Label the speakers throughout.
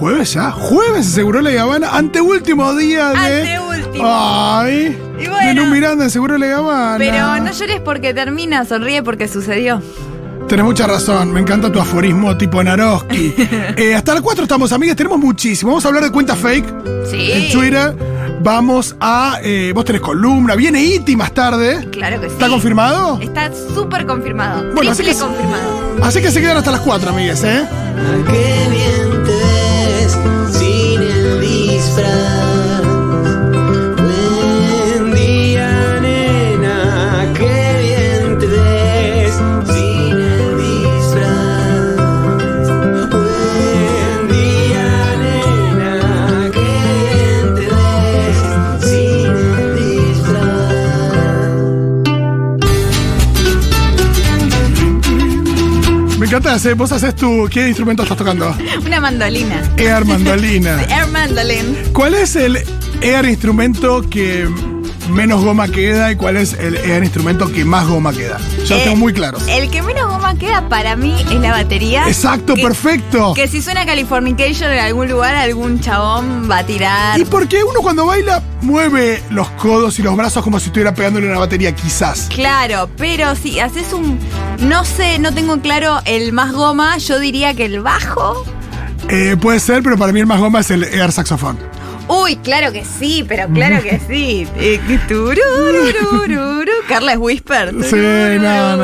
Speaker 1: ¿Jueves ya? ¿Jueves se Segurola y Habana? Anteúltimo día de...
Speaker 2: Anteúltimo.
Speaker 1: Ay.
Speaker 2: Y bueno,
Speaker 1: de Lu Miranda en Segurola y Habana.
Speaker 2: Pero no llores porque termina, sonríe porque sucedió.
Speaker 1: Tenés mucha razón, me encanta tu aforismo tipo Naroski. Hasta las 4 estamos, amigas, tenemos muchísimo. Vamos a hablar de cuentas fake
Speaker 2: Sí.
Speaker 1: en Twitter. Vamos a... vos tenés columna, viene Iti más tarde.
Speaker 2: Claro que sí.
Speaker 1: ¿Está confirmado?
Speaker 2: Está súper confirmado.
Speaker 1: Bueno,
Speaker 2: Triple confirmado.
Speaker 1: Así que se quedan hasta las 4, amigues, ¿eh?
Speaker 3: Qué bien te ves sin el disfraz. Buen día, nena. Qué bien te ves sin el disfraz. Buen día, nena. Qué bien te ves sin el disfraz.
Speaker 1: Me encanta hacer, vos haces tu... ¿Qué instrumento estás tocando?
Speaker 2: Una mandolina.
Speaker 1: Air mandolina.
Speaker 2: Air mandolin.
Speaker 1: ¿Cuál es el Air instrumento que menos goma queda y cuál es el Air instrumento que más goma queda? Yo lo tengo muy claro.
Speaker 2: El que menos goma queda para mí es la batería.
Speaker 1: Exacto, perfecto.
Speaker 2: Que si suena Californication en algún lugar, algún chabón va a tirar.
Speaker 1: Y porque uno cuando baila mueve los codos y los brazos como si estuviera pegándole una batería, quizás.
Speaker 2: Claro, pero si haces un... No sé, no tengo claro el más goma, yo diría que el bajo.
Speaker 1: Puede ser, pero para mí el más goma es el Air saxofón.
Speaker 2: Uy, claro que sí, pero claro que sí. Turururururu. Carla es Whisper.
Speaker 1: Sí, no.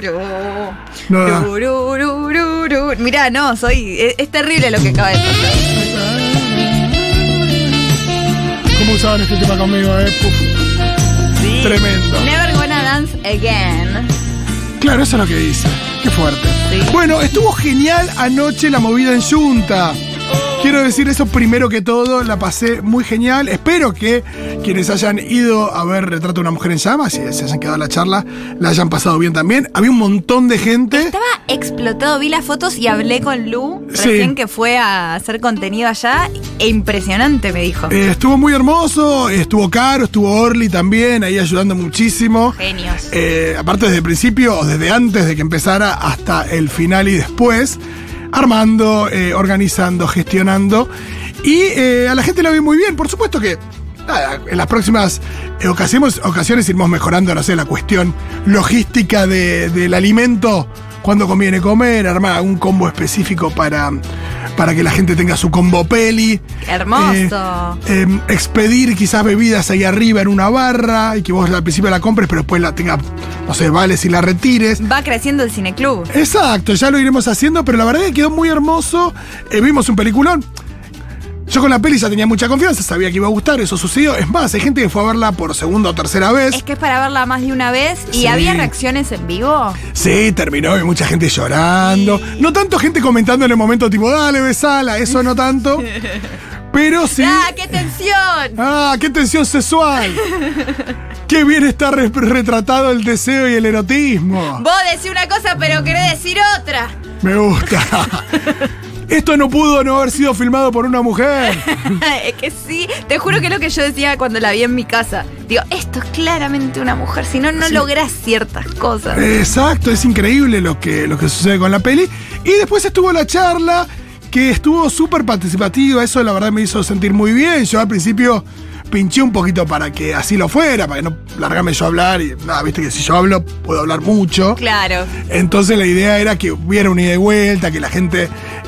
Speaker 2: Tururururu. Mirá, no, es terrible lo que acaba de pasar.
Speaker 1: ¿Cómo usaban este tema conmigo, Puf.
Speaker 2: Sí.
Speaker 1: Tremendo.
Speaker 2: Never gonna dance again.
Speaker 1: Claro, eso es lo que dice. Qué fuerte.
Speaker 2: Sí.
Speaker 1: Bueno, estuvo genial anoche la movida en Junta. Quiero decir eso primero que todo, la pasé muy genial. Espero que quienes hayan ido a ver Retrato de una mujer en llamas, si se hayan quedado a la charla, la hayan pasado bien también. Había un montón de gente.
Speaker 2: Estaba explotado, vi las fotos y hablé con Lu recién que fue a hacer contenido allá. E impresionante, me dijo.
Speaker 1: Estuvo muy hermoso, estuvo Caro, estuvo Orly también, ahí ayudando muchísimo.
Speaker 2: Genios.
Speaker 1: Aparte desde el principio, o desde antes de que empezara hasta el final y después. Armando, organizando, gestionando. Y a la gente la vi muy bien. Por supuesto que nada, en las próximas ocasiones iremos mejorando, no sé, la cuestión logística del alimento. Cuando conviene comer, armar un combo específico para que la gente tenga su combo peli.
Speaker 2: Hermoso.
Speaker 1: Expedir quizás bebidas ahí arriba en una barra y que vos al principio la compres, pero después la tengas, no sé, vales y la retires.
Speaker 2: Va creciendo el cineclub.
Speaker 1: Exacto, ya lo iremos haciendo, pero la verdad que quedó muy hermoso. Vimos un peliculón. Yo con la peli ya tenía mucha confianza, sabía que iba a gustar, eso sucedió. Es más, hay gente que fue a verla por segunda o tercera vez.
Speaker 2: Es que es para verla más de una vez. ¿Y
Speaker 1: Sí.
Speaker 2: había reacciones en vivo?
Speaker 1: Sí, terminó, y mucha gente llorando. No tanto gente comentando en el momento tipo, dale, besala, eso no tanto. Pero sí.
Speaker 2: ¡Ah, qué tensión!
Speaker 1: ¡Ah, qué tensión sexual! ¡Qué bien está retratado el deseo y el erotismo!
Speaker 2: Vos decís una cosa, pero querés decir otra.
Speaker 1: Me gusta. Esto no pudo no haber sido filmado por una mujer.
Speaker 2: Es que sí, te juro que es lo que yo decía cuando la vi en mi casa. Digo, esto es claramente una mujer, si no, no lográs ciertas cosas.
Speaker 1: Exacto, es increíble lo que sucede con la peli. Y después estuvo la charla, que estuvo súper participativa. Eso la verdad me hizo sentir muy bien. Yo al principio pinché un poquito para que así lo fuera, para que no largarme yo a hablar. Y nada, viste que si yo hablo, puedo hablar mucho.
Speaker 2: Claro.
Speaker 1: Entonces la idea era que hubiera una ida y vuelta, que la gente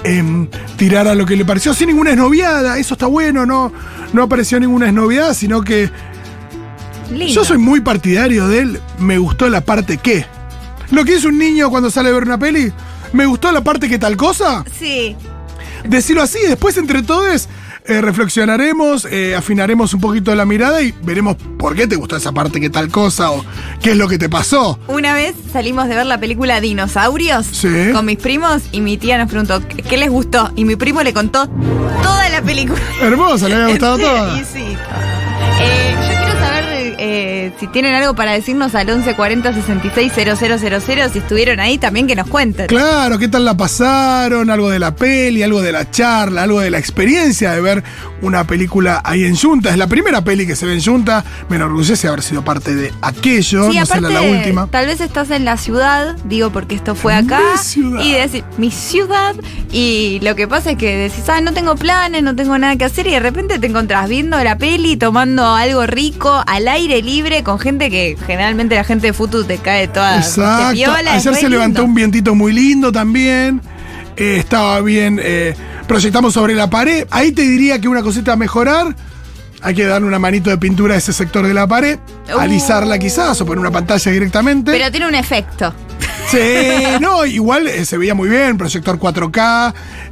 Speaker 1: tirara lo que le pareció sin ninguna esnoviada. Eso está bueno, no apareció ninguna esnoviada, sino que
Speaker 2: Lindo.
Speaker 1: yo soy muy partidario de él. Me gustó la parte que. Lo que es un niño cuando sale a ver una peli, me gustó la parte que tal cosa.
Speaker 2: Sí.
Speaker 1: Decirlo así, después entre todos reflexionaremos, afinaremos un poquito la mirada y veremos por qué te gustó esa parte que tal cosa o qué es lo que te pasó.
Speaker 2: Una vez salimos de ver la película Dinosaurios
Speaker 1: Sí.
Speaker 2: con mis primos y mi tía nos preguntó ¿qué les gustó? Y mi primo le contó toda la película.
Speaker 1: Hermosa, le había gustado todo.
Speaker 2: Y sí. Yo quiero saber si tienen algo para decirnos al 1140 66 000, si estuvieron ahí también que nos cuenten.
Speaker 1: Claro, ¿qué tal la pasaron? Algo de la peli, algo de la charla, algo de la experiencia de ver una película ahí en Junta. Es la primera peli que se ve en Junta. Me enorgullece haber sido parte de aquello,
Speaker 2: Sí,
Speaker 1: no
Speaker 2: aparte,
Speaker 1: sé la última.
Speaker 2: tal vez estás en la ciudad, digo porque esto fue acá.
Speaker 1: Mi ciudad.
Speaker 2: Y decís, mi ciudad. Y lo que pasa es que decís, no tengo planes, no tengo nada que hacer. Y de repente te encontrás viendo la peli, tomando algo rico, al aire libre, con gente que generalmente la gente de Futu te cae toda
Speaker 1: Exacto.
Speaker 2: te piola. es
Speaker 1: Ayer
Speaker 2: re
Speaker 1: se levantó
Speaker 2: lindo.
Speaker 1: un vientito muy lindo también. Estaba bien. Proyectamos sobre la pared. Ahí te diría que una cosita a mejorar. Hay que darle una manito de pintura a ese sector de la pared. Alisarla quizás o poner una pantalla directamente.
Speaker 2: Pero tiene un efecto.
Speaker 1: Sí, no, igual se veía muy bien, proyector 4K,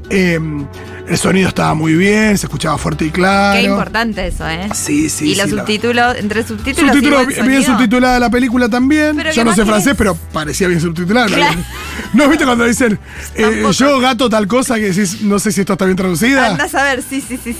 Speaker 1: el sonido estaba muy bien, se escuchaba fuerte y claro.
Speaker 2: Qué importante eso, ¿eh?
Speaker 1: Sí, sí,
Speaker 2: Y los
Speaker 1: sí,
Speaker 2: subtítulos, entre subtítulos.
Speaker 1: Subtítulos,
Speaker 2: y buen
Speaker 1: bien
Speaker 2: sonido.
Speaker 1: subtitulada la película también.
Speaker 2: Pero
Speaker 1: Yo
Speaker 2: ¿qué
Speaker 1: no
Speaker 2: más
Speaker 1: sé francés,
Speaker 2: querés?
Speaker 1: pero parecía bien subtitulada.
Speaker 2: Claro.
Speaker 1: ¿No viste cuando dicen
Speaker 2: Tampoco.
Speaker 1: yo gato tal cosa que decís, no sé si esto está bien traducida?
Speaker 2: Andás a ver, sí.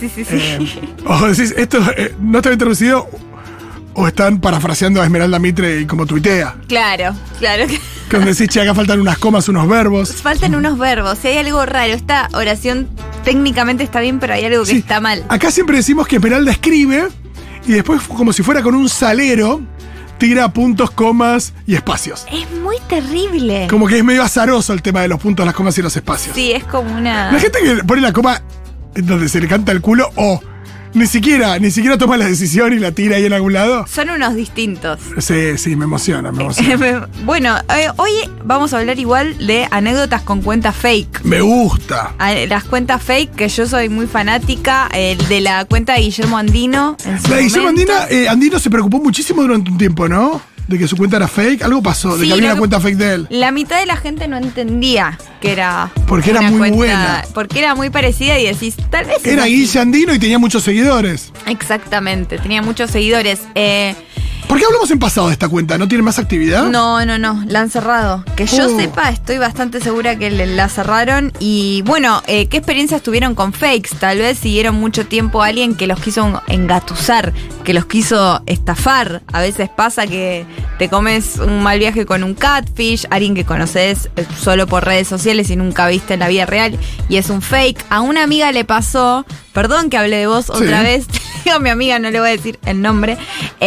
Speaker 1: O decís, esto no está bien traducido, o están parafraseando a Esmeralda Mitre y como tuitea.
Speaker 2: Claro.
Speaker 1: Cuando decís, che, acá faltan unas comas, unos verbos.
Speaker 2: Faltan unos verbos, si hay algo raro. Esta oración técnicamente está bien, pero hay algo que
Speaker 1: Sí,
Speaker 2: está mal.
Speaker 1: Acá siempre decimos que Esmeralda escribe y después, como si fuera con un salero, tira puntos, comas y espacios.
Speaker 2: Es muy terrible.
Speaker 1: Como que es medio azaroso el tema de los puntos, las comas y los espacios.
Speaker 2: Sí, es como una...
Speaker 1: La gente que pone la coma en donde se le canta el culo o ni siquiera toma la decisión y la tira ahí en algún lado.
Speaker 2: Son unos distintos.
Speaker 1: Sí, me emociona.
Speaker 2: Bueno, hoy vamos a hablar igual de anécdotas con cuentas fake.
Speaker 1: Me gusta.
Speaker 2: Las cuentas fake, que yo soy muy fanática, de la cuenta de Guillermo Andino. En su
Speaker 1: La de Guillermo
Speaker 2: momento.
Speaker 1: Andino se preocupó muchísimo durante un tiempo, ¿no? De que su cuenta era fake. Algo pasó, de
Speaker 2: Sí,
Speaker 1: que había
Speaker 2: lo
Speaker 1: una
Speaker 2: que-
Speaker 1: cuenta fake de él.
Speaker 2: La mitad de la gente no entendía que era.
Speaker 1: Porque era
Speaker 2: una
Speaker 1: muy
Speaker 2: cuenta-
Speaker 1: buena.
Speaker 2: Porque era muy parecida y decís, tal vez. es
Speaker 1: Era
Speaker 2: así.
Speaker 1: Guille Andino y tenía muchos seguidores.
Speaker 2: Exactamente, tenía muchos seguidores.
Speaker 1: ¿Por qué hablamos en pasado de esta cuenta? ¿No tiene más actividad?
Speaker 2: No, la han cerrado. Que yo
Speaker 1: Oh.
Speaker 2: sepa, estoy bastante segura que la cerraron. Y bueno, ¿qué experiencias tuvieron con fakes? Tal vez siguieron mucho tiempo a alguien que los quiso engatusar, que los quiso estafar. A veces pasa que te comes un mal viaje con un catfish, alguien que conoces solo por redes sociales y nunca viste en la vida real, y es un fake. A una amiga le pasó, perdón que hablé de vos otra vez, digo mi amiga, no le voy a decir el nombre,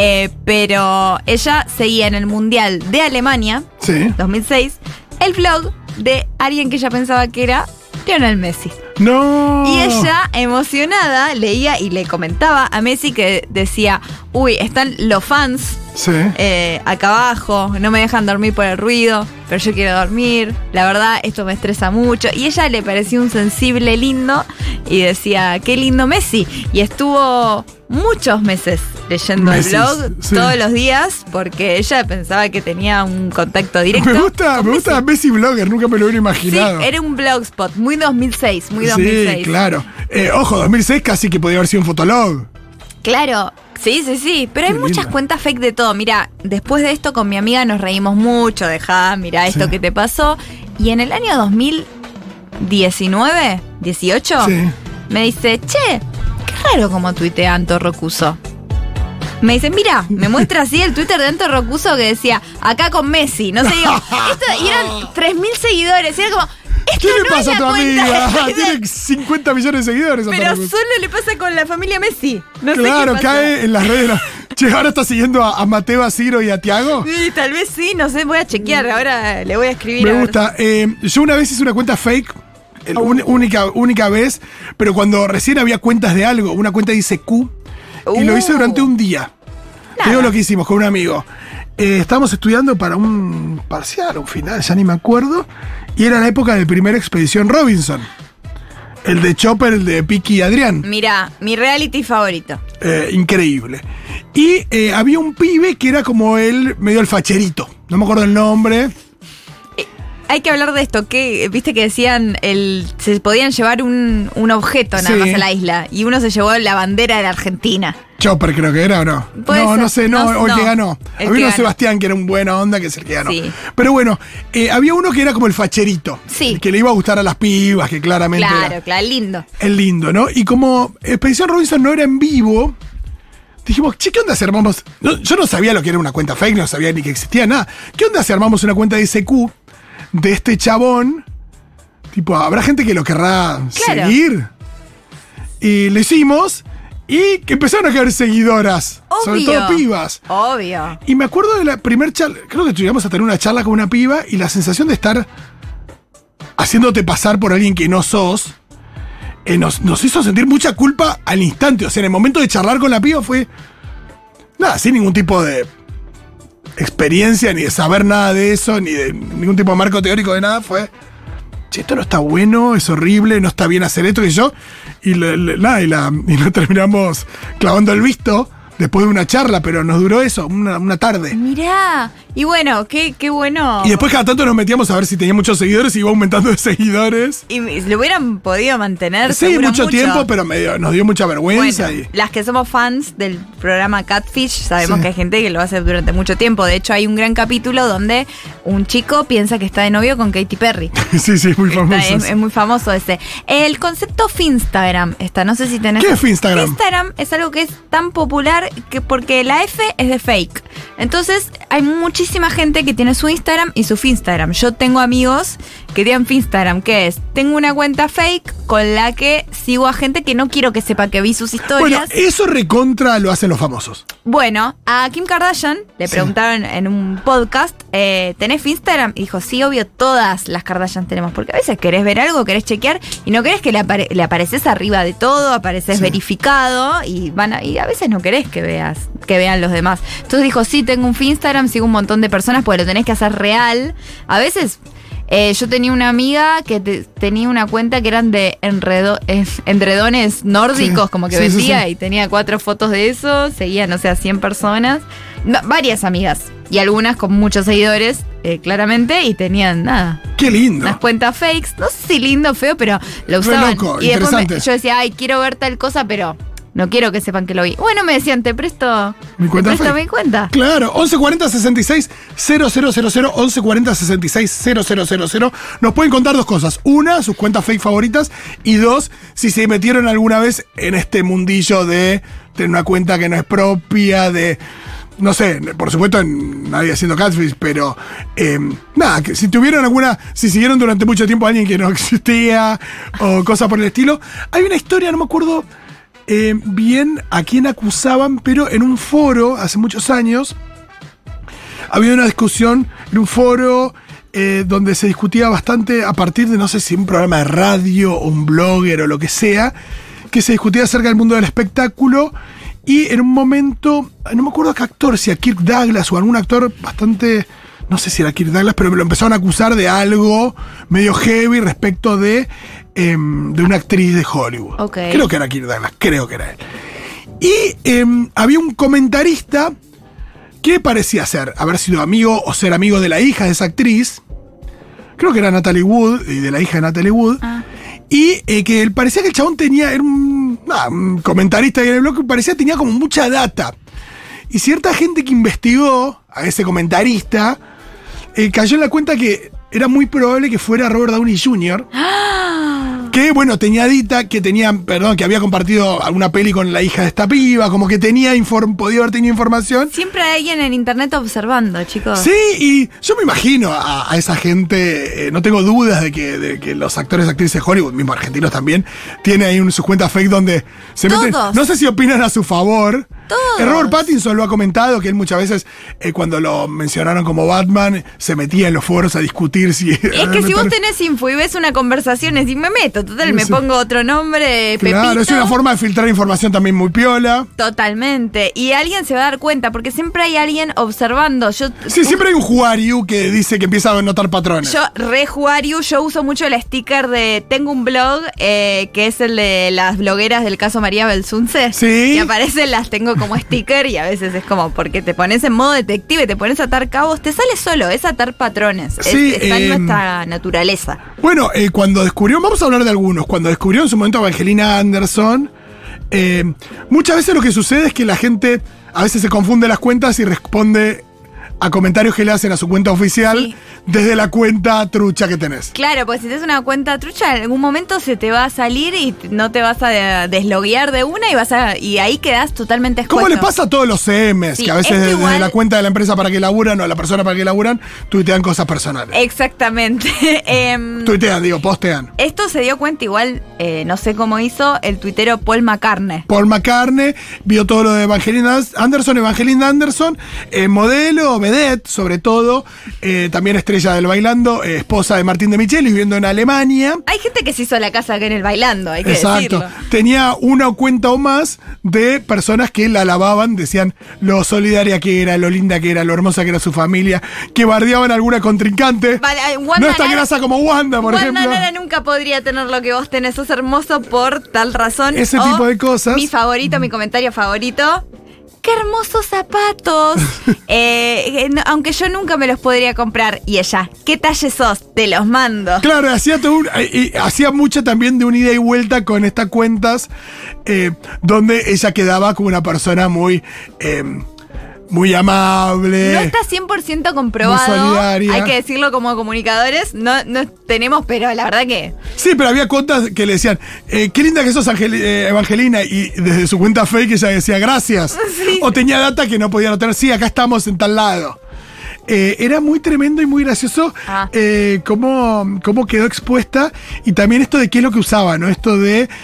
Speaker 2: pero ella seguía en el Mundial de Alemania,
Speaker 1: Sí.
Speaker 2: 2006, el vlog de alguien que ella pensaba que era Lionel Messi.
Speaker 1: No.
Speaker 2: Y ella, emocionada, leía y le comentaba a Messi que decía, uy, están los fans
Speaker 1: Sí.
Speaker 2: acá abajo, no me dejan dormir por el ruido, pero yo quiero dormir, la verdad esto me estresa mucho. Y ella le pareció un sensible lindo y decía, qué lindo Messi. Y estuvo muchos meses leyendo
Speaker 1: Messi,
Speaker 2: el blog
Speaker 1: sí.
Speaker 2: todos los días porque ella pensaba que tenía un contacto directo.
Speaker 1: Me gusta Messi Blogger, nunca me lo hubiera
Speaker 2: Sí,
Speaker 1: imaginado.
Speaker 2: era un blogspot, muy 2006, muy
Speaker 1: Sí,
Speaker 2: 2006.
Speaker 1: claro. Ojo, 2006 casi que podía haber sido un fotolog.
Speaker 2: Claro, sí, pero hay
Speaker 1: Qué
Speaker 2: muchas
Speaker 1: lindo.
Speaker 2: cuentas fake de todo. Mira, después de esto con mi amiga nos reímos mucho, mira esto
Speaker 1: Sí.
Speaker 2: que te pasó. Y en el año 2019, 18,
Speaker 1: Sí.
Speaker 2: me dice, che, qué raro como tuitea Anto Rocuso. Me dice, mira, me muestra así el Twitter de Anto Rocuso que decía, acá con Messi. No sé, digo, y eran 3.000 seguidores. Y era como, esto
Speaker 1: ¿Qué le
Speaker 2: no
Speaker 1: pasa
Speaker 2: es
Speaker 1: a tu
Speaker 2: la cuenta
Speaker 1: amiga?
Speaker 2: de Twitter.
Speaker 1: Tiene 50 millones de seguidores.
Speaker 2: Pero
Speaker 1: Antonio Cruz.
Speaker 2: solo le pasa con la familia Messi. No sé
Speaker 1: Claro,
Speaker 2: qué pasa.
Speaker 1: cae en las redes. Che, ahora está siguiendo a Mateo, a Ciro y a Tiago.
Speaker 2: Sí, tal vez sí, no sé, voy a chequear, ahora le voy a escribir.
Speaker 1: Me
Speaker 2: a ver.
Speaker 1: gusta. Yo una vez hice una cuenta fake, única vez, pero cuando recién había cuentas de algo, una cuenta dice Q, y lo hice durante un día. Te digo lo que hicimos con un amigo. Estábamos estudiando para un parcial, un final, ya ni me acuerdo, y era la época del primer Expedición Robinson. El de Chopper, el de Piki y Adrián.
Speaker 2: Mira, mi reality favorito.
Speaker 1: Increíble. Y había un pibe que era como él, medio el facherito. No me acuerdo el nombre.
Speaker 2: Hay que hablar de esto, que viste que decían se podían llevar un objeto nada
Speaker 1: Sí.
Speaker 2: más a la isla, y uno se llevó la bandera de la Argentina.
Speaker 1: Chopper creo que era o no.
Speaker 2: Puede
Speaker 1: No,
Speaker 2: ser.
Speaker 1: no sé,
Speaker 2: No,
Speaker 1: o el
Speaker 2: no.
Speaker 1: que ganó.
Speaker 2: El
Speaker 1: Había
Speaker 2: que
Speaker 1: uno
Speaker 2: ganó.
Speaker 1: Sebastián que era un buena onda, que es el que ganó.
Speaker 2: Sí.
Speaker 1: Pero bueno, había uno que era como el facherito.
Speaker 2: Sí.
Speaker 1: El que le iba a gustar a las pibas, que claramente era
Speaker 2: Claro, lindo.
Speaker 1: el lindo, ¿no? Y como Expedición Robinson no era en vivo, dijimos, che, ¿qué onda si armamos? Yo no sabía lo que era una cuenta fake, no sabía ni que existía nada. ¿Qué onda si armamos una cuenta de SQ de este chabón? Tipo, ¿habrá gente que lo querrá seguir? Y lo hicimos y que empezaron a caer seguidoras.
Speaker 2: Obvio.
Speaker 1: Sobre todo pibas.
Speaker 2: Obvio.
Speaker 1: Y me acuerdo de la primer charla, creo que llegamos a tener una charla con una piba y la sensación de estar haciéndote pasar por alguien que no sos, nos hizo sentir mucha culpa al instante. O sea, en el momento de charlar con la piba fue, nada, sin ningún tipo de experiencia, ni de saber nada de eso, ni de ningún tipo de marco teórico de nada, fue, che, esto no está bueno, es horrible, no está bien hacer esto y yo. Y nos terminamos clavando el visto después de una charla, pero nos duró eso, una tarde.
Speaker 2: Mirá, y bueno, qué bueno.
Speaker 1: Y después cada tanto nos metíamos a ver si tenía muchos seguidores y iba aumentando de seguidores.
Speaker 2: Y lo hubieran podido mantener.
Speaker 1: Sí,
Speaker 2: seguro
Speaker 1: mucho tiempo, pero nos dio mucha vergüenza.
Speaker 2: Bueno, las que somos fans del programa Catfish sabemos que hay gente que lo hace durante mucho tiempo. De hecho, hay un gran capítulo donde un chico piensa que está de novio con Katy Perry.
Speaker 1: Sí, muy famoso.
Speaker 2: Es muy famoso ese. El concepto Finstagram no sé si tenés.
Speaker 1: ¿Qué es Finstagram?
Speaker 2: Finstagram es algo que es tan popular que porque la F es de fake. Entonces, hay muchísima gente que tiene su Instagram y su Finstagram. Yo tengo amigos que tienen Finstagram, que es, tengo una cuenta fake con la que sigo a gente que no quiero que sepa que vi sus historias.
Speaker 1: Bueno, eso recontra lo hacen los famosos.
Speaker 2: Bueno, a Kim Kardashian le preguntaron en un podcast, ¿tenés Finstagram? Y dijo, sí, obvio, todas las Kardashian tenemos. Porque a veces querés ver algo, querés chequear y no querés que le apareces arriba de todo, apareces verificado y a veces no querés que vean los demás. Entonces dijo, sí, tengo un Finstagram, sigo un montón de personas porque lo tenés que hacer real. A veces... yo tenía una amiga que tenía una cuenta que eran de endredones nórdicos, como que vendía y tenía 4 fotos de eso, seguía, no sé, a 100 personas, varias amigas y algunas con muchos seguidores, claramente, y tenían nada.
Speaker 1: ¡Qué lindo!
Speaker 2: Unas cuentas fakes, no sé si lindo o feo, pero lo usaban.
Speaker 1: Loco,
Speaker 2: y después
Speaker 1: interesante.
Speaker 2: yo decía, ay, quiero ver tal cosa, pero... no quiero que sepan que lo vi. Bueno, me decían, te presto
Speaker 1: mi cuenta.
Speaker 2: Mi cuenta.
Speaker 1: Claro, 1140 66 000, 1140 66 000. Nos pueden contar 2 cosas. Una, sus cuentas fake favoritas. Y 2, si se metieron alguna vez en este mundillo de tener una cuenta que no es propia, de... no sé, por supuesto nadie haciendo catfish, pero nada, que si tuvieron si siguieron durante mucho tiempo a alguien que no existía o cosas por el estilo. Hay una historia, no me acuerdo bien a quién acusaban, pero en un foro, hace muchos años, había una discusión en un foro donde se discutía bastante a partir de, no sé si un programa de radio o un blogger o lo que sea, que se discutía acerca del mundo del espectáculo. Y en un momento, no me acuerdo a qué actor, si a Kirk Douglas o algún actor bastante, no sé si era Kirk Douglas, pero me lo empezaron a acusar de algo medio heavy respecto de una actriz de Hollywood.
Speaker 2: Okay.
Speaker 1: Creo que era Kirk Douglas, creo que era él. Y había un comentarista que parecía haber sido amigo o ser amigo de la hija de esa actriz. Creo que era Natalie Wood, y de la hija de Natalie Wood. Y que parecía que el chabón era un comentarista en el blog que tenía como mucha data. Y cierta gente que investigó a ese comentarista cayó en la cuenta que era muy probable que fuera Robert Downey Jr. Que, bueno, tenía que había compartido alguna peli con la hija de esta piba, como que podía haber tenido información.
Speaker 2: Siempre hay alguien en internet observando, chicos.
Speaker 1: Sí, y yo me imagino a esa gente, no tengo dudas de que los actores y actrices de Hollywood, mismo argentinos también, tienen ahí sus cuentas fake donde se meten. No sé si opinan a su favor. Robert Pattinson lo ha comentado, que él muchas veces, cuando lo mencionaron como Batman, se metía en los foros a discutir si...
Speaker 2: Es que si vos tenés info y ves una conversación, y me meto, total, me pongo otro nombre, Pepito.
Speaker 1: Claro, es una forma de filtrar información también muy piola.
Speaker 2: Totalmente. Y alguien se va a dar cuenta, porque siempre hay alguien observando.
Speaker 1: Siempre hay un Juariu que dice que empieza a notar patrones.
Speaker 2: Yo uso mucho el sticker de... Tengo un blog, que es el de las blogueras del caso María Belsunce.
Speaker 1: Sí.
Speaker 2: Que aparecen, las tengo como sticker y a veces es como porque te pones en modo detective, te pones a atar cabos, te sale solo, es atar patrones.
Speaker 1: Sí,
Speaker 2: está en nuestra naturaleza.
Speaker 1: Bueno, cuando descubrió, vamos a hablar de algunos, cuando descubrió en su momento a Angelina Anderson, muchas veces lo que sucede es que la gente a veces se confunde las cuentas y responde a comentarios que le hacen a su cuenta oficial
Speaker 2: Sí.
Speaker 1: desde la cuenta trucha que tenés.
Speaker 2: Claro, pues si tenés una cuenta trucha, en algún momento se te va a salir y no te vas a desloguear de una y ahí quedás totalmente expuesto.
Speaker 1: ¿Cómo le pasa a todos los CMs?
Speaker 2: Sí,
Speaker 1: Que a veces
Speaker 2: esto
Speaker 1: desde
Speaker 2: igual-
Speaker 1: la cuenta de la empresa para que laburan o a la persona para que laburan, tuitean cosas personales.
Speaker 2: Exactamente.
Speaker 1: Tuitean, postean.
Speaker 2: Esto se dio cuenta igual, no sé cómo hizo el tuitero Paul McCartney.
Speaker 1: Paul McCartney vio todo lo de Evangelina Anderson, modelo, vedette, sobre todo, también estrella del bailando, esposa de Martín de Micheli, viviendo en Alemania.
Speaker 2: Hay gente que se hizo la casa acá en el bailando, hay que
Speaker 1: Exacto.
Speaker 2: decirlo.
Speaker 1: Tenía una cuenta o más de personas que la alababan, decían lo solidaria que era, lo linda que era, lo hermosa que era su familia, que bardeaban a alguna contrincante.
Speaker 2: Vale,
Speaker 1: No es tan grasa como Wanda, por
Speaker 2: Wanda
Speaker 1: ejemplo.
Speaker 2: Nara nunca podría tener lo que vos tenés, sos hermoso por tal razón.
Speaker 1: Ese
Speaker 2: O
Speaker 1: tipo de cosas.
Speaker 2: Mi favorito, mi comentario favorito. ¡Qué hermosos zapatos! Aunque yo nunca me los podría comprar. Y ella, ¿qué talle sos? Te los mando.
Speaker 1: Claro, hacía mucho también de un ida y vuelta con estas cuentas, donde ella quedaba como una persona muy amable.
Speaker 2: No está 100% comprobado.
Speaker 1: Muy solidaria.
Speaker 2: Hay que decirlo como comunicadores. No tenemos, pero la verdad que.
Speaker 1: Sí, pero había cuentas que le decían, qué linda que sos Evangelina, y desde su cuenta fake ella decía gracias.
Speaker 2: Sí.
Speaker 1: O tenía data que no podía notar, sí, acá estamos en tal lado. Era muy tremendo y muy gracioso cómo quedó expuesta, y también esto de qué es lo que usaba, ¿no? Esto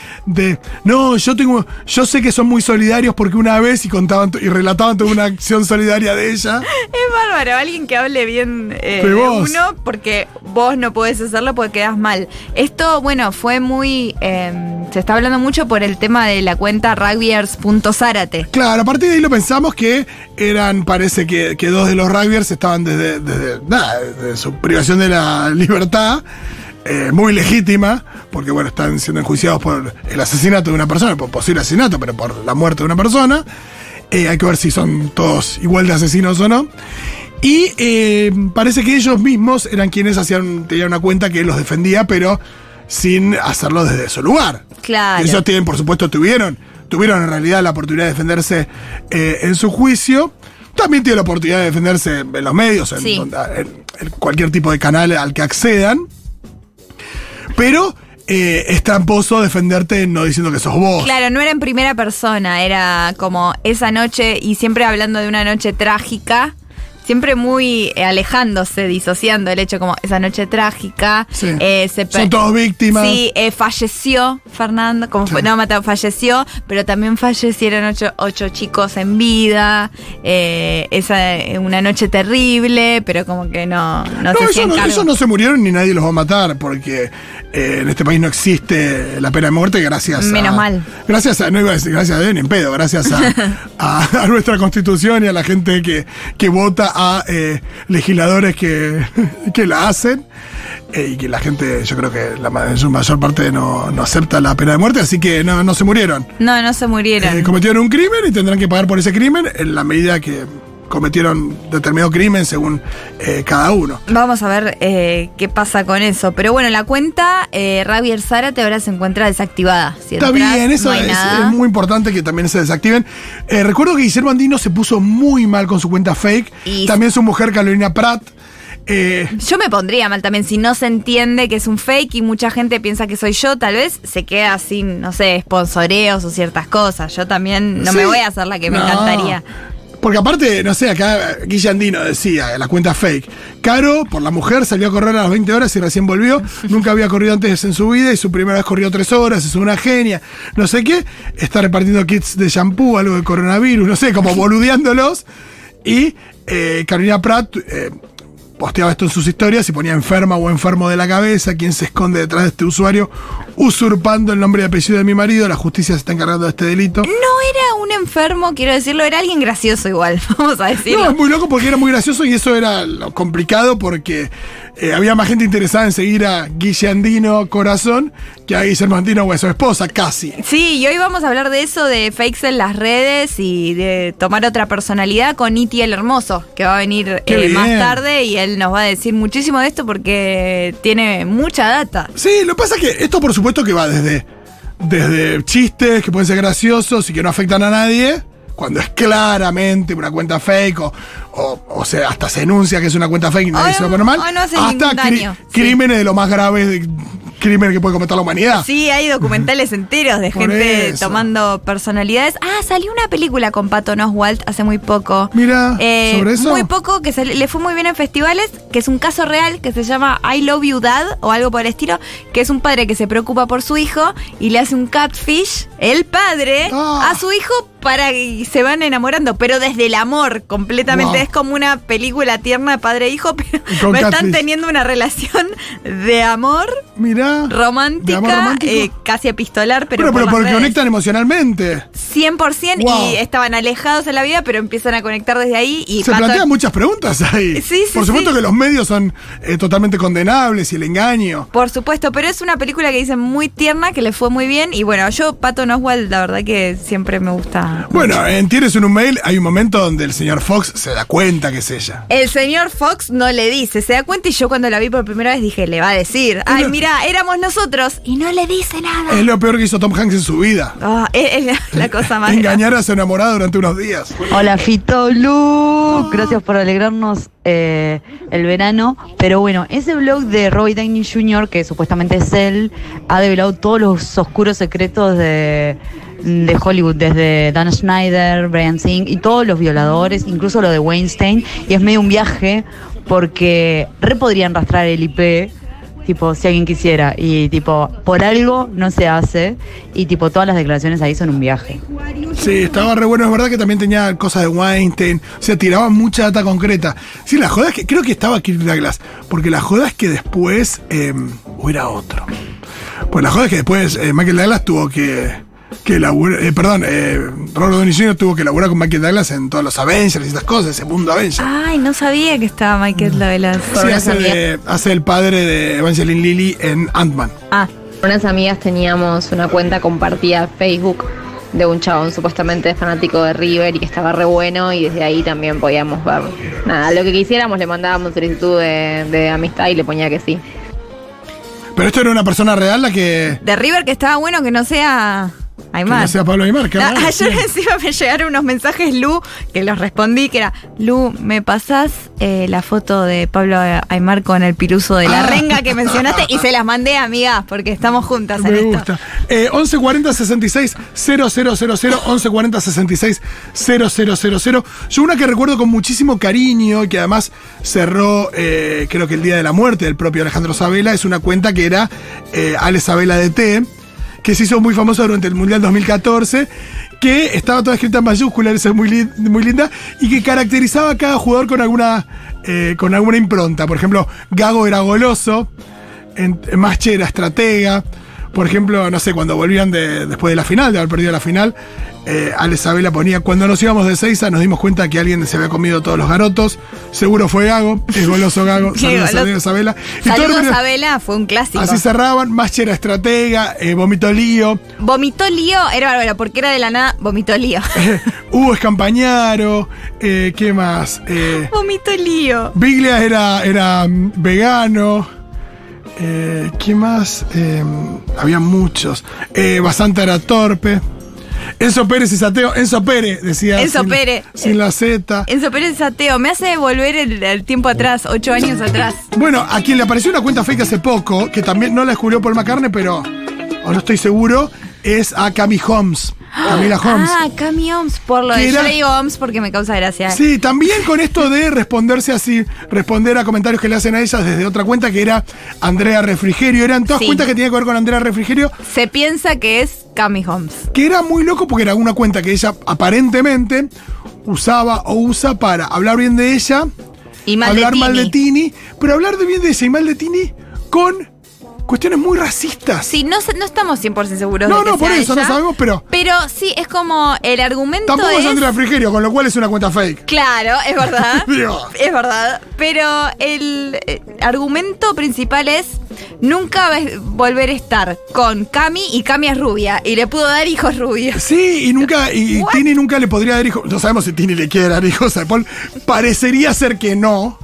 Speaker 1: no, yo sé que son muy solidarios porque una vez y relataban toda una acción solidaria de ella.
Speaker 2: Es bárbaro, alguien que hable bien
Speaker 1: De vos.
Speaker 2: uno, porque vos no podés hacerlo porque quedás mal. Esto, bueno, fue muy. Se está hablando mucho por el tema de la cuenta rugbyers.zárate.
Speaker 1: Claro, a partir de ahí lo pensamos que parece que dos de los rugbyers estaban desde su privación de la libertad, muy legítima, porque bueno, están siendo enjuiciados por el asesinato de una persona, por posible asesinato, pero por la muerte de una persona. Hay que ver si son todos igual de asesinos o no. Y parece que ellos mismos eran quienes tenían una cuenta que los defendía, pero sin hacerlo desde su lugar.
Speaker 2: Claro.
Speaker 1: Ellos por supuesto, tuvieron en realidad la oportunidad de defenderse en su juicio. También tiene la oportunidad de defenderse en los medios,
Speaker 2: Sí.
Speaker 1: en cualquier tipo de canal al que accedan. Pero es tramposo defenderte no diciendo que sos vos.
Speaker 2: Claro, no era en primera persona, era como esa noche, y siempre hablando de una noche trágica, siempre muy alejándose, disociando el hecho como esa noche trágica.
Speaker 1: Sí. Son todos víctimas.
Speaker 2: Sí, falleció Fernando, falleció, pero también fallecieron 8 chicos en vida. Una noche terrible, pero como que no se hacían cargo.
Speaker 1: Ellos no se murieron ni nadie los va a matar, porque en este país no existe la pena de muerte, gracias
Speaker 2: Menos mal.
Speaker 1: Gracias no iba a decir gracias a Dios ni en pedo, gracias a nuestra constitución y a la gente que vota, a legisladores que la hacen, y que la gente, yo creo que en su mayor parte no acepta la pena de muerte, así que no se murieron.
Speaker 2: No se murieron.
Speaker 1: Cometieron un crimen y tendrán que pagar por ese crimen en la medida que cometieron determinado crimen según cada uno.
Speaker 2: Vamos a ver qué pasa con eso. Pero bueno, la cuenta Rugby Zárate ahora se encuentra desactivada. Si
Speaker 1: Está
Speaker 2: entras,
Speaker 1: bien, eso
Speaker 2: no hay
Speaker 1: es
Speaker 2: nada.
Speaker 1: muy importante que también se desactiven. Recuerdo que Guillermo Andino se puso muy mal con su cuenta fake.
Speaker 2: Y-
Speaker 1: También su mujer Carolina Pratt.
Speaker 2: Yo me pondría mal también si no se entiende que es un fake y mucha gente piensa que soy yo, tal vez se queda sin, no sé, sponsoreos o ciertas cosas. Yo también no
Speaker 1: Sí.
Speaker 2: me voy a hacer la que me
Speaker 1: No.
Speaker 2: encantaría.
Speaker 1: Porque aparte, no sé, acá Guille Andino decía, en la cuenta fake, Caro, por la mujer, salió a correr a las 20 horas y recién volvió. Nunca había corrido antes en su vida y su primera vez corrió 3 horas, es una genia. No sé qué, está repartiendo kits de shampoo, algo de coronavirus, no sé, como boludeándolos. Y Carolina Pratt posteaba esto en sus historias y ponía enferma o enfermo de la cabeza, quien se esconde detrás de este usuario, usurpando el nombre y apellido de mi marido. La justicia se está encargando de este delito.
Speaker 2: No era un enfermo, quiero decirlo, era alguien gracioso igual, vamos a decirlo.
Speaker 1: No, es muy loco porque era muy gracioso y eso era lo complicado porque había más gente interesada en seguir a Guille Andino Corazón que a Guillermo Andino o a su esposa, casi.
Speaker 2: Sí, y hoy vamos a hablar de eso, de fakes en las redes y de tomar otra personalidad con Iti el Hermoso, que va a venir
Speaker 1: Qué
Speaker 2: más
Speaker 1: bien.
Speaker 2: tarde y él nos va a decir muchísimo de esto porque tiene mucha data.
Speaker 1: Sí, lo que pasa es que esto por supuesto que va desde chistes que pueden ser graciosos y que no afectan a nadie, cuando es claramente una cuenta fake o sea, hasta se enuncia que es una cuenta fake y nadie se lo pone mal,
Speaker 2: no hace
Speaker 1: hasta
Speaker 2: ningún daño.
Speaker 1: crímenes de lo más graves, crímenes que puede cometer la humanidad.
Speaker 2: Sí, hay documentales enteros de
Speaker 1: Por
Speaker 2: gente
Speaker 1: eso.
Speaker 2: tomando personalidades. Salió una película con Patton Oswalt hace muy poco.
Speaker 1: Mira, ¿sobre eso?
Speaker 2: Muy poco, que le fue muy bien en festivales, que es un caso real que se llama I Love You Dad o algo por el estilo, que es un padre que se preocupa por su hijo y le hace un catfish, el padre, a su hijo para que se van enamorando, pero desde el amor completamente.
Speaker 1: Wow.
Speaker 2: Es como una película tierna padre-hijo, pero
Speaker 1: Con
Speaker 2: están
Speaker 1: catfish.
Speaker 2: teniendo una relación de amor
Speaker 1: Mirá.
Speaker 2: romántica,
Speaker 1: ¿De amor romántico?
Speaker 2: casi epistolar, pero
Speaker 1: Bueno,
Speaker 2: por
Speaker 1: pero
Speaker 2: las
Speaker 1: porque
Speaker 2: redes.
Speaker 1: conectan emocionalmente.
Speaker 2: 100%
Speaker 1: Wow.
Speaker 2: y estaban alejados en la vida, pero empiezan a conectar desde ahí. Y
Speaker 1: Se
Speaker 2: Patton-
Speaker 1: plantean muchas preguntas ahí.
Speaker 2: Sí,
Speaker 1: Por supuesto
Speaker 2: sí.
Speaker 1: que los medios son totalmente condenables y el engaño.
Speaker 2: Por supuesto, pero es una película que dicen muy tierna, que le fue muy bien. Y bueno, yo, Patton Oswalt, la verdad que siempre me gusta.
Speaker 1: Bueno, en Tienes un mail hay un momento donde el señor Fox se da cuenta que es ella.
Speaker 2: El señor Fox no le dice, se da cuenta y yo cuando la vi por primera vez dije, le va a decir, ay, mira, éramos nosotros. Y no le dice nada.
Speaker 1: Es lo peor que hizo Tom Hanks en su vida.
Speaker 2: Es la cosa más
Speaker 1: Engañar a su enamorada durante unos días.
Speaker 4: Hola Fito, Lu, gracias por alegrarnos el verano. Pero bueno, ese blog de Roy Downey Jr., que supuestamente es él, ha develado todos los oscuros secretos de Hollywood, desde Dan Schneider, Brian Singh y todos los violadores, incluso lo de Weinstein. Y es medio un viaje porque podrían rastrear el IP, tipo, si alguien quisiera. Y tipo, por algo no se hace. Y tipo, todas las declaraciones ahí son un viaje.
Speaker 1: Sí, estaba re bueno. Es verdad que también tenía cosas de Weinstein. O sea, tiraba mucha data concreta. Sí, la joda es que creo que estaba Kirk Douglas. Porque la joda es que después. O era otro. Pues la joda es que después Michael Douglas tuvo que laburar. Robert Downey Jr. tuvo que laburar con Michael Douglas en todos los Avengers y estas cosas, ese mundo Avengers.
Speaker 2: Ay, no sabía que estaba Michael Douglas.
Speaker 1: Sí, hace el padre de Evangeline Lilly en Ant-Man.
Speaker 5: Unas amigas teníamos una cuenta compartida en Facebook de un chabón supuestamente fanático de River y que estaba re bueno, y desde ahí también podíamos ver nada, lo que quisiéramos, le mandábamos solicitud de amistad y le ponía que sí.
Speaker 1: Pero esto era una persona real la que.
Speaker 2: De River, que estaba bueno que no sea Aymar.
Speaker 1: Que no sea Pablo Aymar. Qué raro,
Speaker 2: Ayer
Speaker 1: sí.
Speaker 2: encima me llegaron unos mensajes, Lu, que los respondí, que era, Lu, ¿me pasás la foto de Pablo Aymar con el piruso de la renga que mencionaste? Y se las mandé, amigas, porque estamos juntas en
Speaker 1: Me
Speaker 2: esto.
Speaker 1: gusta. 1140 66 000, 1140 66 000. Yo una que recuerdo con muchísimo cariño y que además cerró, creo que el día de la muerte del propio Alejandro Sabela, es una cuenta que era Ale Sabela DT, que se hizo muy famosa durante el Mundial 2014, que estaba toda escrita en mayúsculas, esa es muy linda, y que caracterizaba a cada jugador con alguna impronta. Por ejemplo, Gago era goloso, Masche era estratega. Por ejemplo, no sé, cuando volvían después de la final, de haber perdido la final, Ale Sabela ponía, cuando nos íbamos de Seiza nos dimos cuenta que alguien se había comido todos los garotos, seguro fue Gago, es goloso Gago,
Speaker 2: Qué
Speaker 1: saludos
Speaker 2: goloso.
Speaker 1: a Sabela. Y todo
Speaker 2: Saludos
Speaker 1: lo que-
Speaker 2: a Vela, fue un clásico.
Speaker 1: Así cerraban, Masche era estratega, vomitó lío,
Speaker 2: Vomitó lío, era bárbaro, porque era de la nada, vomitó lío.
Speaker 1: Hugo Escampañaro, ¿qué más?
Speaker 2: Vomitó lío.
Speaker 1: Biglia era vegano. ¿Qué más? Había muchos. Basanta era torpe. Enzo Pérez es ateo. Enzo Pérez, decía.
Speaker 2: Enzo Pérez.
Speaker 1: Sin la Z.
Speaker 2: Enzo Pérez es ateo, me hace volver el tiempo atrás, 8 años atrás.
Speaker 1: Bueno, a quien le apareció una cuenta fake hace poco, que también no la descubrió Paul McCartney, pero o no estoy seguro, es a Cami Holmes. Camila Holmes.
Speaker 2: Cami Holmes, por lo
Speaker 1: Que
Speaker 2: de
Speaker 1: era-
Speaker 2: yo le digo Holmes porque me causa gracia.
Speaker 1: Sí, también con esto de responderse así, responder a comentarios que le hacen a ellas desde otra cuenta que era Andrea Refrigerio. Eran todas
Speaker 2: Sí.
Speaker 1: cuentas que tenían que ver con Andrea Refrigerio,
Speaker 2: Se piensa que es Cami Holmes.
Speaker 1: que era muy loco porque era una cuenta que ella aparentemente usaba o usa para hablar bien de ella,
Speaker 2: Y mal
Speaker 1: hablar
Speaker 2: de
Speaker 1: mal de
Speaker 2: Tini.
Speaker 1: Tini, pero hablar de bien de ella y mal de Tini con cuestiones muy racistas.
Speaker 2: Sí, no estamos 100% seguros
Speaker 1: No,
Speaker 2: de que
Speaker 1: no, por
Speaker 2: sea
Speaker 1: eso, no
Speaker 2: ella,
Speaker 1: sabemos, pero
Speaker 2: Pero sí, es como el argumento
Speaker 1: tampoco es
Speaker 2: es...
Speaker 1: Andrea Refrigerio, con lo cual es una cuenta fake.
Speaker 2: Claro, es verdad.
Speaker 1: Digo.
Speaker 2: Es verdad. Pero el argumento principal es nunca va a volver a estar con Cami, y Cami es rubia y le pudo dar hijos rubios.
Speaker 1: Sí, y
Speaker 2: What?
Speaker 1: Tini nunca le podría dar hijos. No sabemos si Tini le quiere dar hijos a Paul. Parecería ser que no.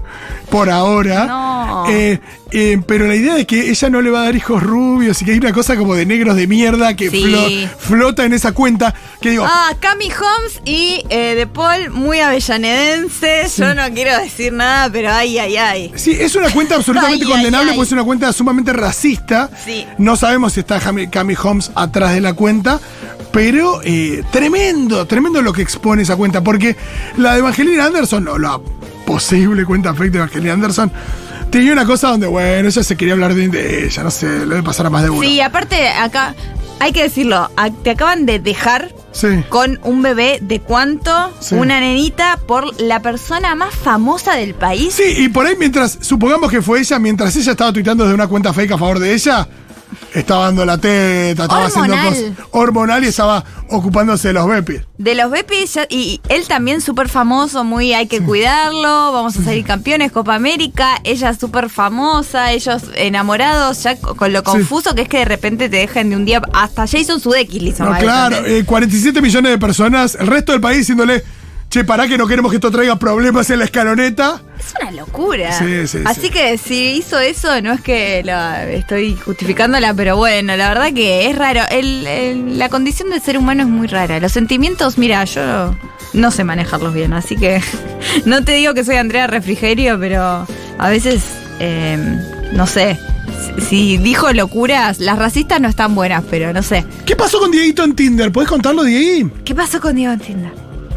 Speaker 1: por ahora.
Speaker 2: No.
Speaker 1: Pero la idea de que ella no le va a dar hijos rubios y que hay una cosa como de negros de mierda que
Speaker 2: Sí.
Speaker 1: flota en esa cuenta, que digo,
Speaker 2: Cami Holmes y De Paul, muy avellanedense. Yo no quiero decir nada, pero ay.
Speaker 1: sí, es una cuenta absolutamente
Speaker 2: Ay,
Speaker 1: condenable
Speaker 2: ay.
Speaker 1: porque es una cuenta sumamente racista.
Speaker 2: Sí.
Speaker 1: No sabemos si está Cami Holmes atrás de la cuenta, pero tremendo lo que expone esa cuenta, porque la de Evangelina Anderson, o la posible cuenta fake de Evangelina Anderson, tenía una cosa donde, bueno, ella se quería hablar de ella, no sé, le debe pasar a más de uno.
Speaker 2: Sí, aparte acá, hay que decirlo, te acaban de dejar
Speaker 1: Sí.
Speaker 2: con un bebé de cuánto,
Speaker 1: Sí.
Speaker 2: una nenita, por la persona más famosa del país.
Speaker 1: Sí, y por ahí supongamos que fue ella, mientras ella estaba tuiteando desde una cuenta fake a favor de ella, estaba dando la teta, estaba haciendo
Speaker 2: Hormonal.
Speaker 1: cosas hormonal y estaba ocupándose de los bebés.
Speaker 2: De los Bepis, y él también súper famoso, muy hay que cuidarlo, vamos a salir campeones, Copa América, ella súper famosa, ellos enamorados, ya con lo confuso que es que de repente te dejen de un día, hasta Jason Sudeikis le hizo
Speaker 1: No,
Speaker 2: mal,
Speaker 1: claro,
Speaker 2: ¿entendés?
Speaker 1: 47 millones de personas, el resto del país diciéndole, che, pará que no queremos que esto traiga problemas en la escaloneta.
Speaker 2: Es una locura.
Speaker 1: Sí.
Speaker 2: Así que si hizo eso, no es que estoy justificándola, pero bueno, la verdad que es raro. La condición del ser humano es muy rara. Los sentimientos, mira, yo no sé manejarlos bien, así que no te digo que soy Andrea Refrigerio, pero a veces, no sé, si dijo locuras, las racistas no están buenas, pero no sé.
Speaker 1: ¿Qué pasó con Dieguito en Tinder? ¿Podés contarlo, Diego?
Speaker 2: ¿Qué pasó con Diego en Tinder?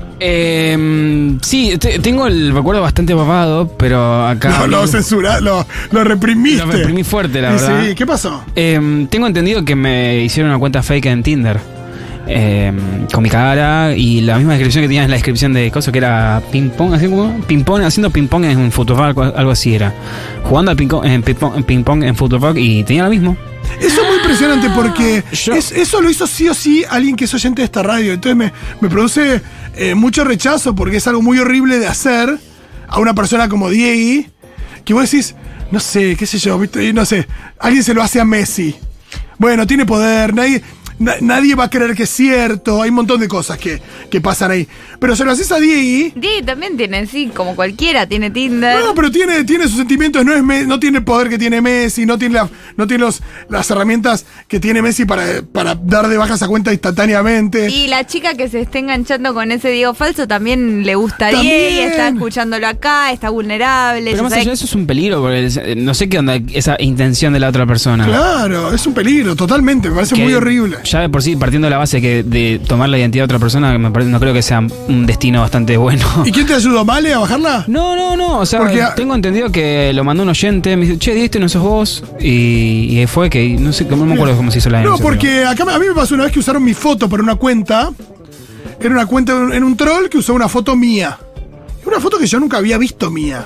Speaker 6: Sí, tengo el recuerdo bastante papado, pero acá...
Speaker 1: Lo censurá, lo reprimiste.
Speaker 6: Lo reprimí fuerte, la verdad.
Speaker 1: Sí, ¿qué pasó?
Speaker 6: Tengo entendido que me hicieron una cuenta fake en Tinder. Con mi cara y la misma descripción que tenía en la descripción de cosas que era ping-pong, así como ping-pong, haciendo ping-pong en Futurock, algo así era. Jugando al ping-pong en Futurock y tenía lo mismo.
Speaker 1: Eso es muy impresionante porque
Speaker 6: Yo-
Speaker 1: eso lo hizo sí o sí alguien que es oyente de esta radio. Entonces me produce mucho rechazo porque es algo muy horrible de hacer a una persona como Diego, que vos decís, no sé, qué sé yo, ¿viste? Y no sé, alguien se lo hace a Messi. Bueno, tiene poder, nadie va a creer que es cierto, hay un montón de cosas que pasan ahí. Pero se lo haces a Diego.
Speaker 2: Diego también tiene, sí, como cualquiera, tiene Tinder.
Speaker 1: No, pero tiene sus sentimientos, no tiene el poder que tiene Messi, no tiene las herramientas que tiene Messi para dar de baja esa cuenta instantáneamente.
Speaker 2: Y la chica que se esté enganchando con ese Diego falso también le gusta a Diego,
Speaker 1: También.
Speaker 2: está escuchándolo acá, está vulnerable.
Speaker 6: Pero
Speaker 2: ya
Speaker 6: más
Speaker 2: sabe-
Speaker 6: allá de eso es un peligro, porque no sé qué onda esa intención de la otra persona.
Speaker 1: Claro, es un peligro, totalmente, me parece
Speaker 6: Que
Speaker 1: muy horrible.
Speaker 6: Ya de por sí, partiendo de la base que de tomar la identidad de otra persona, no creo que sea un destino bastante bueno.
Speaker 1: ¿Y quién te ayudó, Male, a bajarla?
Speaker 6: No, o sea,
Speaker 1: Porque-
Speaker 6: tengo entendido que lo mandó un oyente, me dice, che, Diego, este no sos vos, y fue que, no sé, no me acuerdo cómo se hizo la
Speaker 1: No,
Speaker 6: denuncia,
Speaker 1: porque acá a mí me pasó una vez que usaron mi foto para una cuenta. Era una cuenta en un troll que usó una foto mía. Una foto que yo nunca había visto mía.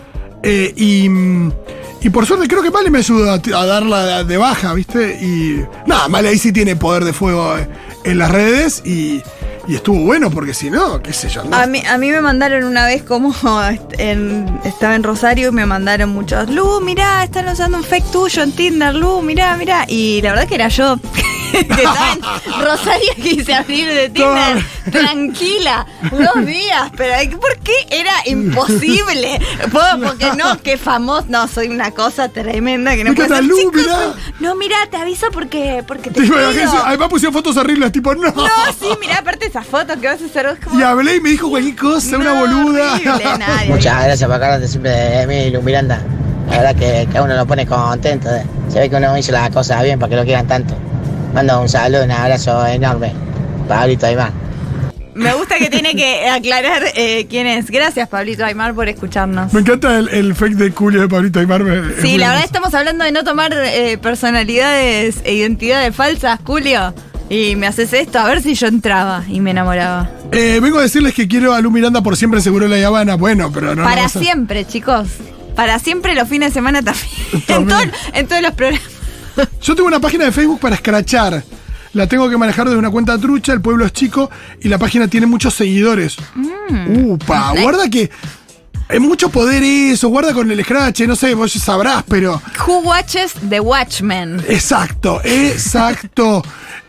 Speaker 1: Y por suerte creo que Male me ayudó a darla de baja, ¿viste? Y nada, Male ahí sí tiene poder de fuego en las redes y estuvo bueno porque si no, qué sé yo. ¿no?
Speaker 2: A mí me mandaron una vez como estaba en Rosario y me mandaron muchos, Lu, mirá, están usando un fake tuyo en Tinder, Lu, mirá. Y la verdad que era yo que estaba en Rosario y quise abrir de Tinder tranquila, 2 días, pero ¿por qué era imposible? Porque no, que famoso, no, soy una cosa tremenda que no
Speaker 1: Me
Speaker 2: puede
Speaker 1: encanta,
Speaker 2: ser.
Speaker 1: Lu,
Speaker 2: Chicos,
Speaker 1: mirá.
Speaker 2: no, mirá, te aviso porque te
Speaker 1: Tipo,
Speaker 2: pido.
Speaker 1: además pusieron fotos horribles, tipo, no.
Speaker 2: No, sí, mirá, aparte esas fotos que vas a hacer vos como...
Speaker 1: Y hablé y me dijo cualquier cosa, una
Speaker 2: No,
Speaker 1: boluda.
Speaker 2: horrible, nadie.
Speaker 7: Muchas gracias por acordarte siempre de mí, Lu Miranda. La verdad que a uno lo pone contento. Se ve que uno hizo las cosas bien para que lo quieran tanto. Mando un saludo, un abrazo enorme. Pablito Aymar.
Speaker 2: Me gusta que tiene que aclarar quién es. Gracias, Pablito Aymar, por escucharnos.
Speaker 1: Me encanta el fake de Julio de Pablito Aymar.
Speaker 2: Sí, la verdad estamos hablando de no tomar personalidades e identidades falsas, Julio. Y me haces esto, a ver si yo entraba y me enamoraba.
Speaker 1: Vengo a decirles que quiero a Lu Miranda por siempre en Seguro La Habana. Bueno, pero no.
Speaker 2: Para
Speaker 1: vamos a-
Speaker 2: siempre, chicos. Para siempre los fines de semana también.
Speaker 1: También.
Speaker 2: En todos los programas.
Speaker 1: Yo tengo una página de Facebook para escrachar. La tengo que manejar desde una cuenta trucha, el pueblo es chico y la página tiene muchos seguidores. Upa, guarda que hay mucho poder eso, guarda con el scratch, no sé, vos sabrás, pero...
Speaker 2: Who watches The Watchmen?
Speaker 1: Exacto.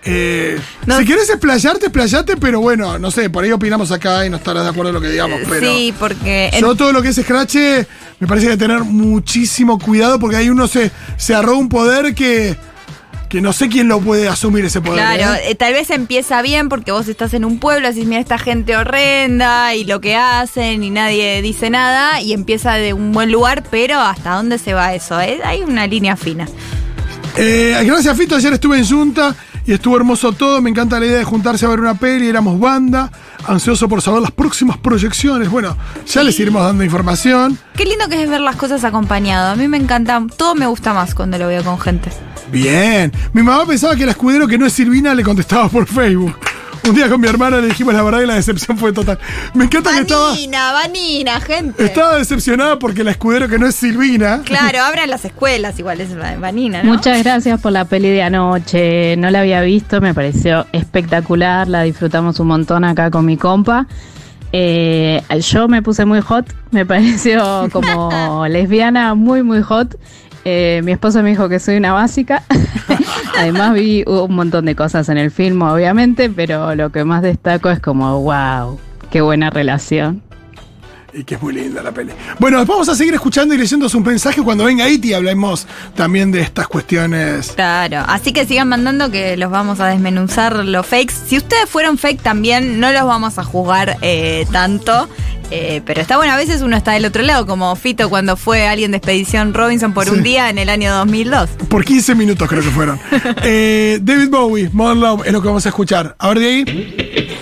Speaker 2: No.
Speaker 1: Si querés explayate, pero bueno, no sé, por ahí opinamos acá y no estarás de acuerdo en lo que digamos. Pero
Speaker 2: Sí, porque...
Speaker 1: yo todo lo que es Scratch me parece que hay que tener muchísimo cuidado porque ahí uno se arroga un poder que no sé quién lo puede asumir ese poder.
Speaker 2: Claro, tal vez empieza bien porque vos estás en un pueblo, así mira esta gente horrenda y lo que hacen y nadie dice nada y empieza de un buen lugar, pero ¿hasta dónde se va eso? Hay una línea fina.
Speaker 1: Gracias, Fito. Ayer estuve en Junta y estuvo hermoso todo. Me encanta la idea de juntarse a ver una peli. Éramos banda. Ansioso por saber las próximas proyecciones. Bueno, ya les iremos dando información.
Speaker 2: Qué lindo que es ver las cosas acompañado. A mí me encanta, todo me gusta más cuando lo veo con gente.
Speaker 1: Bien. Mi mamá pensaba que el escudero que no es Silvina le contestaba por Facebook. Un día con mi hermana le dijimos la verdad y la decepción fue total. Me encanta que
Speaker 2: Vanina, gente.
Speaker 1: estaba decepcionada porque la escudero que no es Silvina.
Speaker 2: Claro, abran las escuelas, igual es Vanina, ¿no?
Speaker 8: Muchas gracias por la peli de anoche. No la había visto, me pareció espectacular. La disfrutamos un montón acá con mi compa. Yo me puse muy hot, me pareció como lesbiana, muy, muy hot. Mi esposo me dijo que soy una básica. Además vi un montón de cosas en el film, obviamente, pero lo que más destaco es como, wow, qué buena relación.
Speaker 1: Y que es muy linda la peli. Bueno, vamos a seguir escuchando y leyendo sus mensajes cuando venga Iti. Hablemos también de estas cuestiones.
Speaker 2: Claro, así que sigan mandando que los vamos a desmenuzar los fakes. Si ustedes fueron fake también, no los vamos a juzgar tanto. Pero está bueno, a veces uno está del otro lado, como Fito cuando fue alguien de Expedición Robinson por un día en el año 2002.
Speaker 1: Por 15 minutos creo que fueron. David Bowie, Modern Love, es lo que vamos a escuchar. A ver de ahí.